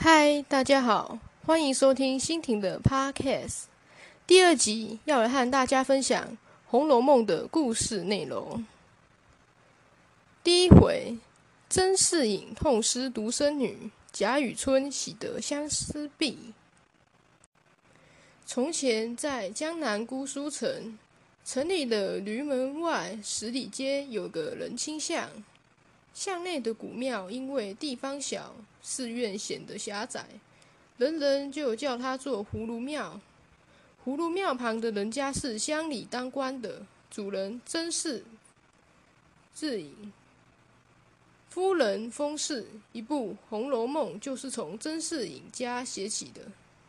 嗨，大家好，欢迎收听欣婷的 Podcast。第二集要来和大家分享《红楼梦》的故事内容。第一回，甄士隐痛失独生女，贾雨村喜得相思碧。从前在江南姑苏城，城里的驴门外10里街有个仁亲巷，巷内的古庙因为地方小，寺院显得狭窄，人人就叫它做葫芦庙。葫芦庙旁的人家是乡里当官的，主人甄士隐，夫人封氏，一部《红楼梦》就是从甄士隐家写起的。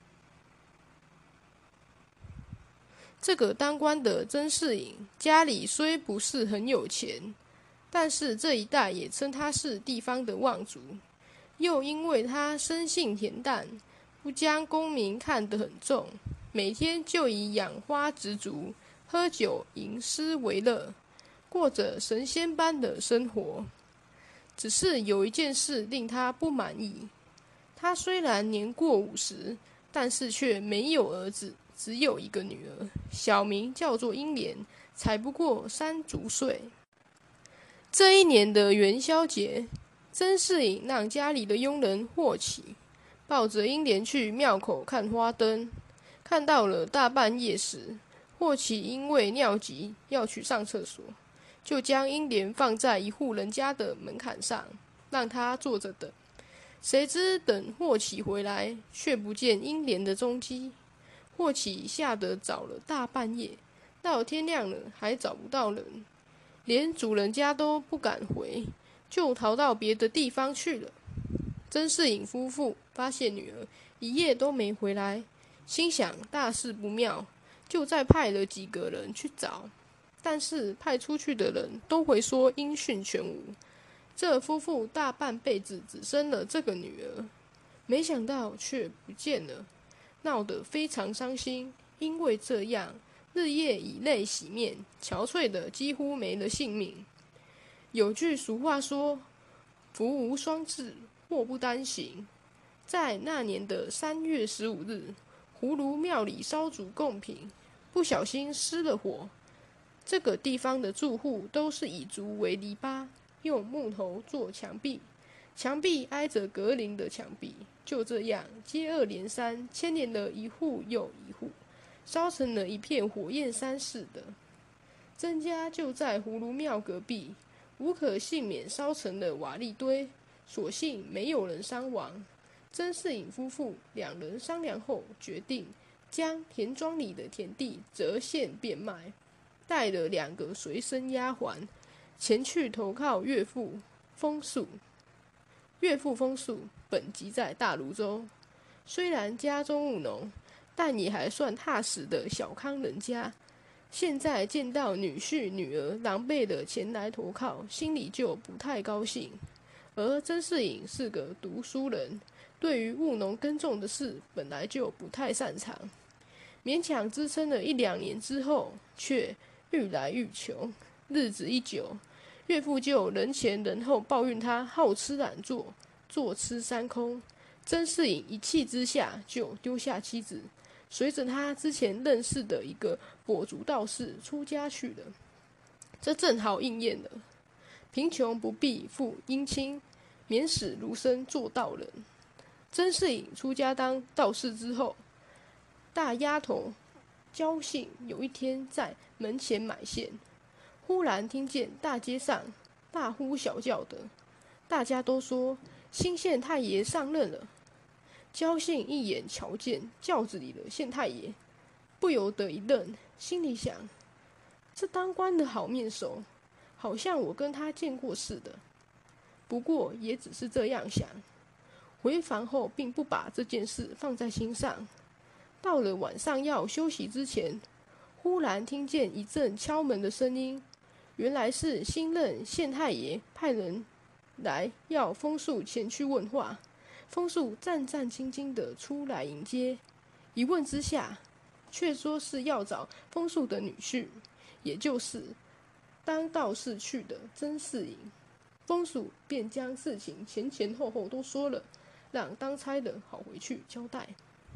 这个当官的甄士隐家里虽不是很有钱，但是这一代也称他是地方的望族，又因为他生性恬淡，不将功名看得很重，每天就以养花植竹、喝酒吟诗为乐，过着神仙般的生活。只是有一件事令他不满意，他虽然年过50，但是却没有儿子，只有一个女儿，小名叫做英莲，才不过30岁。这一年的元宵节，甄士隐让家里的佣人霍启抱着英莲去庙口看花灯，看到了大半夜时，霍启因为尿急要去上厕所，就将英莲放在一户人家的门槛上，让他坐着等。谁知等霍启回来，却不见英莲的踪迹。霍启吓得找了大半夜，到天亮了还找不到人，连主人家都不敢回，就逃到别的地方去了。甄士隐夫妇发现女儿一夜都没回来，心想大事不妙，就再派了几个人去找，但是派出去的人都回说音讯全无。这夫妇大半辈子只生了这个女儿，没想到却不见了，闹得非常伤心。因为这样，日夜以泪洗面，憔悴的几乎没了性命。有句俗话说，福无双至，祸不单行。在那年的3月15日，葫芦庙里烧煮贡品，不小心失了火。这个地方的住户都是以竹为篱笆，用木头做墙壁，墙壁挨着隔邻的墙壁，就这样接二连三，牵连了一户又一户，烧成了一片火焰山似的。甄家就在葫芦庙隔壁，无可幸免烧成了瓦砾堆，所幸没有人伤亡。甄士隐夫妇2人商量后，决定将田庄里的田地折现变卖，带了2个随身丫鬟前去投靠岳父封肃。岳父封肃本籍在大泸州，虽然家中务农，但也还算踏实的小康人家。现在见到女婿女儿狼狈的前来投靠，心里就不太高兴。而甄士隐是个读书人，对于务农耕种的事本来就不太擅长，勉强支撑了1、2年之后，却愈来愈穷。日子一久，岳父就人前人后抱怨他好吃懒做，坐吃山空。甄士隐一气之下就丢下妻子，随着他之前认识的一个跛足道士出家去了。这正好应验了贫穷不必负姻亲，免死如生做道人。甄士隐出家当道士之后，大丫头焦杏有一天在门前买线，忽然听见大街上大呼小叫的，大家都说新县太爷上任了。焦杏一眼瞧见轿子里的县太爷，不由得一愣，心里想：这当官的好面熟，好像我跟他见过似的。不过也只是这样想，回房后并不把这件事放在心上。到了晚上要休息之前，忽然听见一阵敲门的声音，原来是新任县太爷派人来要封肃前去问话。封肃战战兢兢地出来迎接，一问之下，却说是要找封肃的女婿，也就是当道士去的甄士隐。封肃便将事情前前后后都说了， 让当差的好回去交代。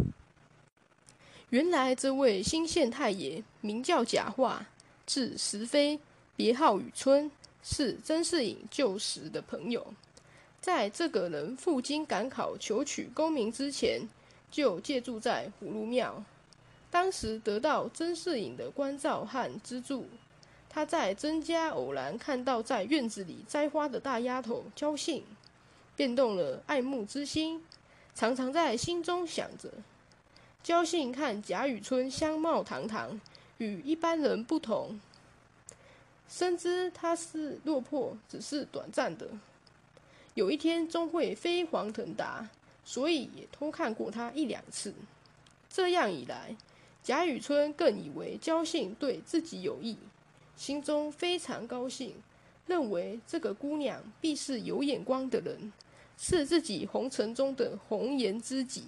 原来这位新县太爷名叫贾化，字石飞，别号雨村，是甄士隐旧时的朋友。在这个人赴京赶考求取功名之前，就借住在葫芦庙。当时得到甄士隐的关照和资助，他在甄家偶然看到在院子里栽花的大丫头焦杏，便动了爱慕之心，常常在心中想着。焦杏看贾雨村相貌堂堂，与一般人不同，深知他是落魄只是短暂的，有一天终会飞黄腾达，所以也偷看过他1、2次。这样一来，贾雨村更以为焦杏对自己有意，心中非常高兴，认为这个姑娘必是有眼光的人，是自己红尘中的红颜知己。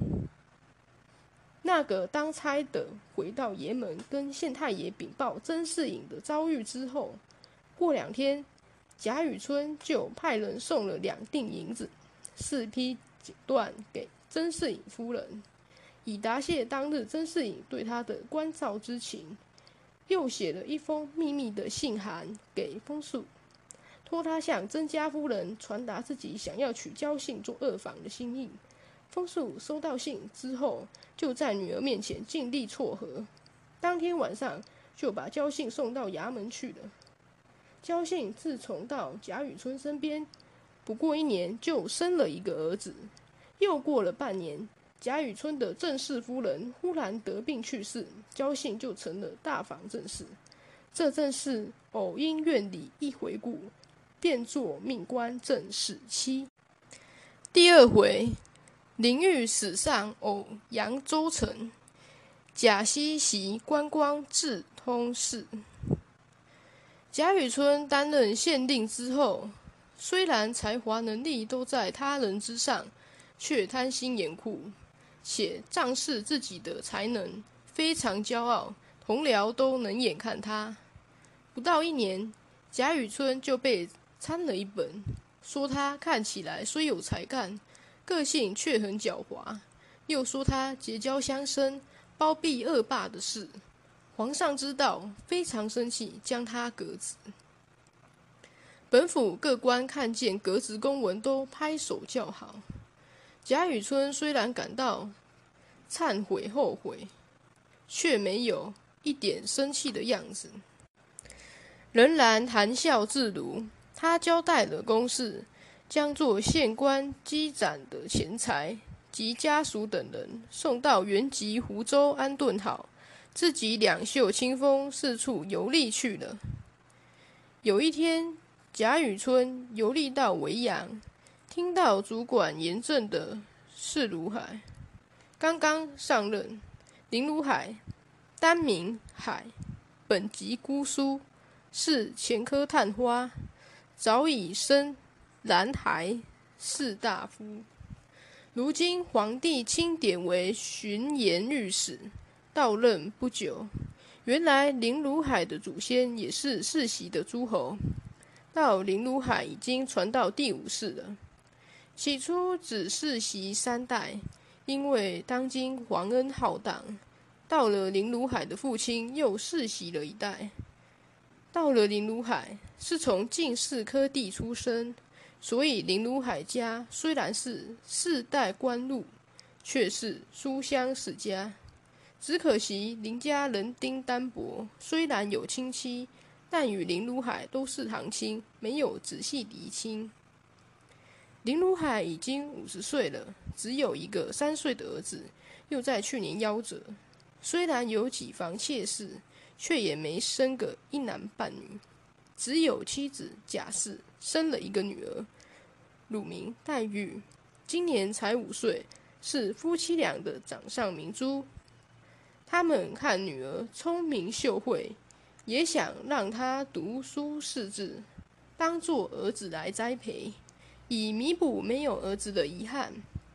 那个当差的回到爷门，跟县太爷禀报甄士隐的遭遇之后，过2天，贾雨村就派人送了2锭银子、4匹锦缎给甄士隐夫人，以答谢当日甄士隐对他的关照之情。又写了一封秘密的信函给风素，托他向甄家夫人传达自己想要娶焦杏做2房的心意。风素收到信之后，就在女儿面前尽力撮合，当天晚上就把焦杏送到衙门去了。焦杏自从到贾雨村身边，不过1年就生了一个儿子。又过了半年，贾雨村的正室夫人忽然得病去世，焦杏就成了大房正室。这正是偶因院里一回顾，便作命官正室妻。第2回，灵玉史上偶扬州城，贾溪袭观光致通事。贾雨村担任县令之后，虽然才华能力都在他人之上，却贪心严酷，且仗势自己的才能，非常骄傲，同僚都能眼看他。不到1年，贾雨村就被参了一本，说他看起来虽有才干，个性却很狡猾，又说他结交乡绅，包庇恶霸的事。皇上知道，非常生气，将他革职。本府各官看见革职公文，都拍手叫好。贾雨村虽然感到忏悔后悔，却没有一点生气的样子，仍然含笑自如。他交代了公事，将做县官积攒的钱财及家属等人送到原籍湖州安顿好，自己两袖清风，四处游历去了。有一天，贾雨村游历到维阳，听到主管严正的是卢海刚刚上任。林卢海单名海，本籍姑苏，是前科探花，早已升蓝台士大夫。如今皇帝钦点为巡盐御史，到任不久。原来林卢海的祖先也是世袭的诸侯，到林卢海已经传到第5世了。起初只世袭3代，因为当今皇恩浩荡，到了林卢海的父亲又世袭了1代。到了林卢海，是从进士科第出身，所以林卢海家虽然是4代官禄，却是书香世家。只可惜林家人丁单薄，虽然有亲戚，但与林卢海都是堂亲，没有直系嫡亲。林卢海已经50岁了，只有一个3岁的儿子，又在去年夭折。虽然有几房妾室，却也没生个一男半女，只有妻子贾氏生了一个女儿，乳名黛玉，今年才5岁，是夫妻俩的掌上明珠。他们看女儿聪明秀慧，也想让她读书识字，当作儿子来栽培，以弥补没有儿子的遗憾。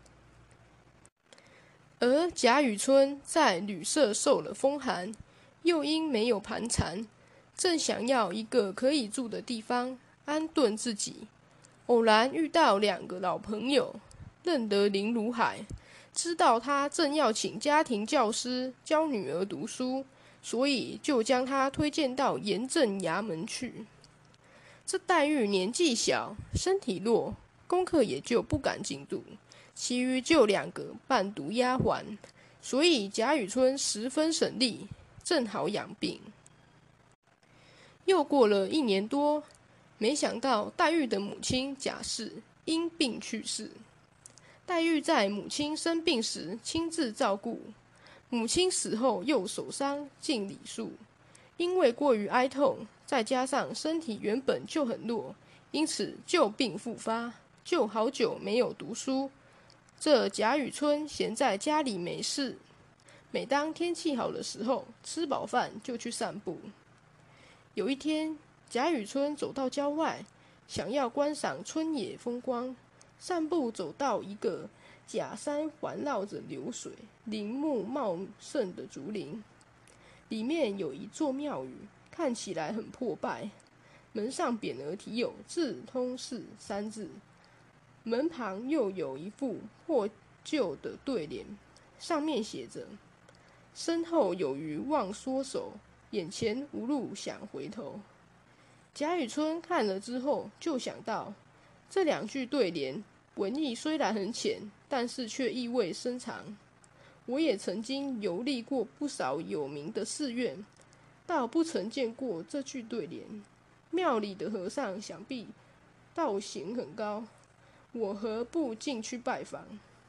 而贾雨村在旅社受了风寒，又因没有盘缠，正想要一个可以住的地方安顿自己，偶然遇到2个老朋友， 认得林如海，知道他正要请家庭教师教女儿读书，所以就将他推荐到盐政衙门去。这黛玉年纪小，身体弱，功课也就不敢进度，其余就2个伴读丫鬟，所以贾雨村十分省力，正好养病。又过了1年多，没想到黛玉的母亲贾氏因病去世。黛玉在母亲生病时亲自照顾，母亲死后又手伤尽礼数，因为过于哀痛，再加上身体原本就很弱，因此旧病复发，就好久没有读书。这贾雨村闲在家里没事，每当天气好的时候，吃饱饭就去散步。有一天，贾雨村走到郊外，想要观赏春野风光，散步走到一个假山环绕着流水、林木茂盛的竹林，里面有一座庙宇，看起来很破败，门上匾额题有智通寺3字，门旁又有一副破旧的对联，上面写着身后有余忘缩手，眼前无路想回头。贾雨村看了之后就想到，这2句对联文意虽然很浅，但是却意味深长。我也曾经游历过不少有名的寺院，倒不曾见过这句对联。庙里的和尚想必道行很高，我何不进去拜访？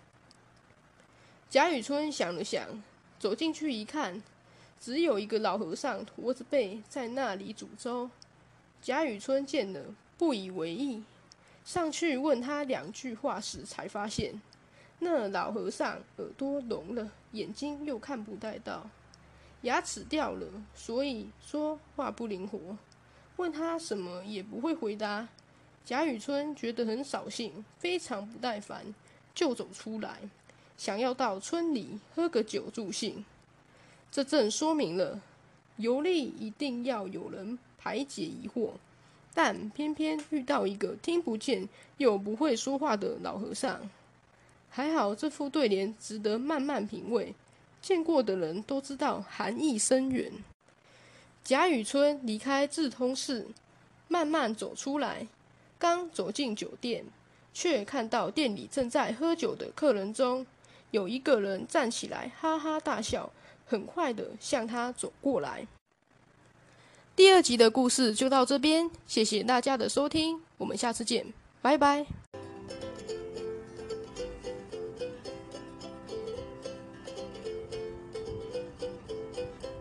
贾雨村想了想，走进去一看，只有一个老和尚驼着背在那里煮粥。贾雨村见了不以为意，上去问他2句话时，才发现那老和尚耳朵聋了，眼睛又看不太到，牙齿掉了，所以说话不灵活。问他什么也不会回答。贾雨村觉得很扫兴，非常不耐烦，就走出来，想要到村里喝个酒助兴。这正说明了游历一定要有人排解疑惑，但偏偏遇到一个听不见又不会说话的老和尚。还好这副对联值得慢慢品味，见过的人都知道含义深远。贾雨村离开智通寺，慢慢走出来，刚走进酒店，却看到店里正在喝酒的客人中，有一个人站起来哈哈大笑，很快的向他走过来。第2集的故事就到这边，谢谢大家的收听，我们下次见，拜拜。